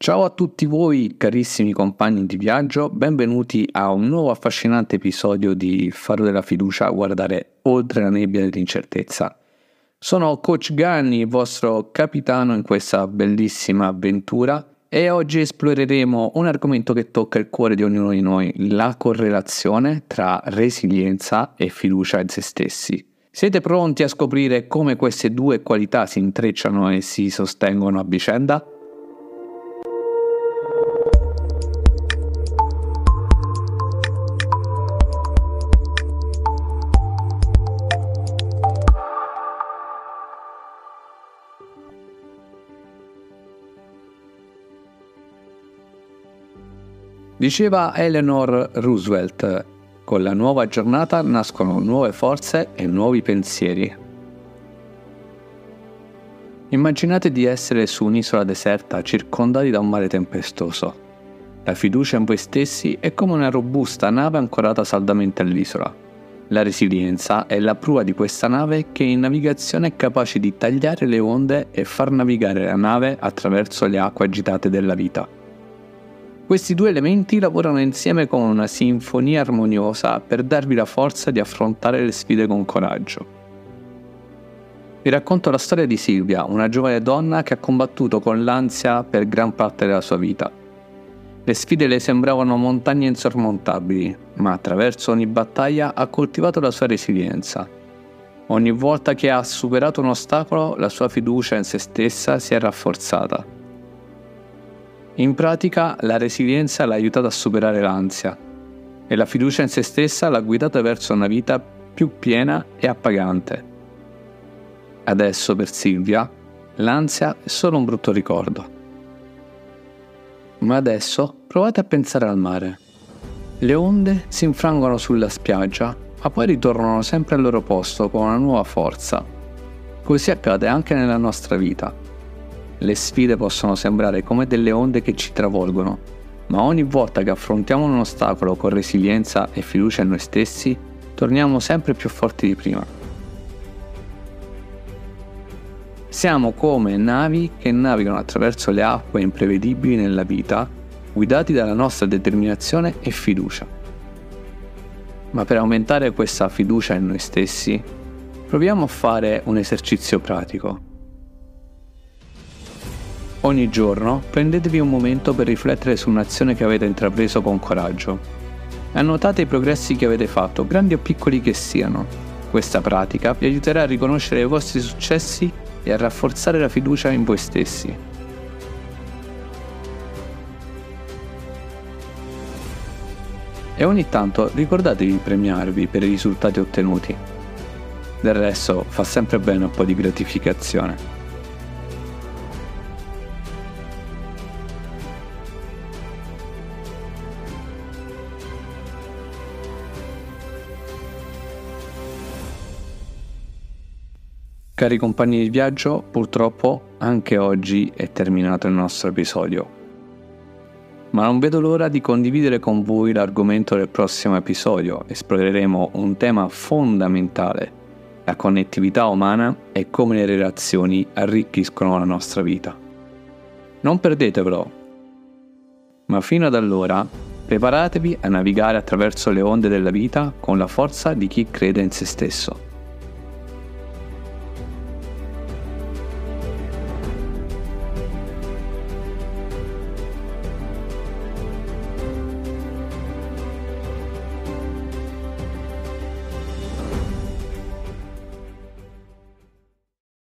Ciao a tutti voi carissimi compagni di viaggio, benvenuti a un nuovo affascinante episodio di Il Faro della Fiducia, guardare oltre la nebbia dell'incertezza. Sono Coach Ganni, il vostro capitano in questa bellissima avventura e oggi esploreremo un argomento che tocca il cuore di ognuno di noi, la correlazione tra resilienza e fiducia in se stessi. Siete pronti a scoprire come queste due qualità si intrecciano e si sostengono a vicenda? Diceva Eleanor Roosevelt, con la nuova giornata nascono nuove forze e nuovi pensieri. Immaginate di essere su un'isola deserta circondati da un mare tempestoso. La fiducia in voi stessi è come una robusta nave ancorata saldamente all'isola. La resilienza è la prua di questa nave che in navigazione è capace di tagliare le onde e far navigare la nave attraverso le acque agitate della vita. Questi due elementi lavorano insieme come una sinfonia armoniosa per darvi la forza di affrontare le sfide con coraggio. Vi racconto la storia di Silvia, una giovane donna che ha combattuto con l'ansia per gran parte della sua vita. Le sfide le sembravano montagne insormontabili, ma attraverso ogni battaglia ha coltivato la sua resilienza. Ogni volta che ha superato un ostacolo, la sua fiducia in se stessa si è rafforzata. In pratica, la resilienza l'ha aiutata a superare l'ansia e la fiducia in se stessa l'ha guidata verso una vita più piena e appagante. Adesso, per Silvia, l'ansia è solo un brutto ricordo. Ma adesso provate a pensare al mare. Le onde si infrangono sulla spiaggia, ma poi ritornano sempre al loro posto con una nuova forza. Così accade anche nella nostra vita. Le sfide possono sembrare come delle onde che ci travolgono, ma ogni volta che affrontiamo un ostacolo con resilienza e fiducia in noi stessi, torniamo sempre più forti di prima. Siamo come navi che navigano attraverso le acque imprevedibili nella vita, guidati dalla nostra determinazione e fiducia. Ma per aumentare questa fiducia in noi stessi, proviamo a fare un esercizio pratico. Ogni giorno prendetevi un momento per riflettere su un'azione che avete intrapreso con coraggio. Annotate i progressi che avete fatto, grandi o piccoli che siano. Questa pratica vi aiuterà a riconoscere i vostri successi e a rafforzare la fiducia in voi stessi. E ogni tanto ricordatevi di premiarvi per i risultati ottenuti. Del resto fa sempre bene un po' di gratificazione. Cari compagni di viaggio, purtroppo anche oggi è terminato il nostro episodio. Ma non vedo l'ora di condividere con voi l'argomento del prossimo episodio. Esploreremo un tema fondamentale, la connettività umana e come le relazioni arricchiscono la nostra vita. Non perdetevelo! Ma fino ad allora, preparatevi a navigare attraverso le onde della vita con la forza di chi crede in se stesso.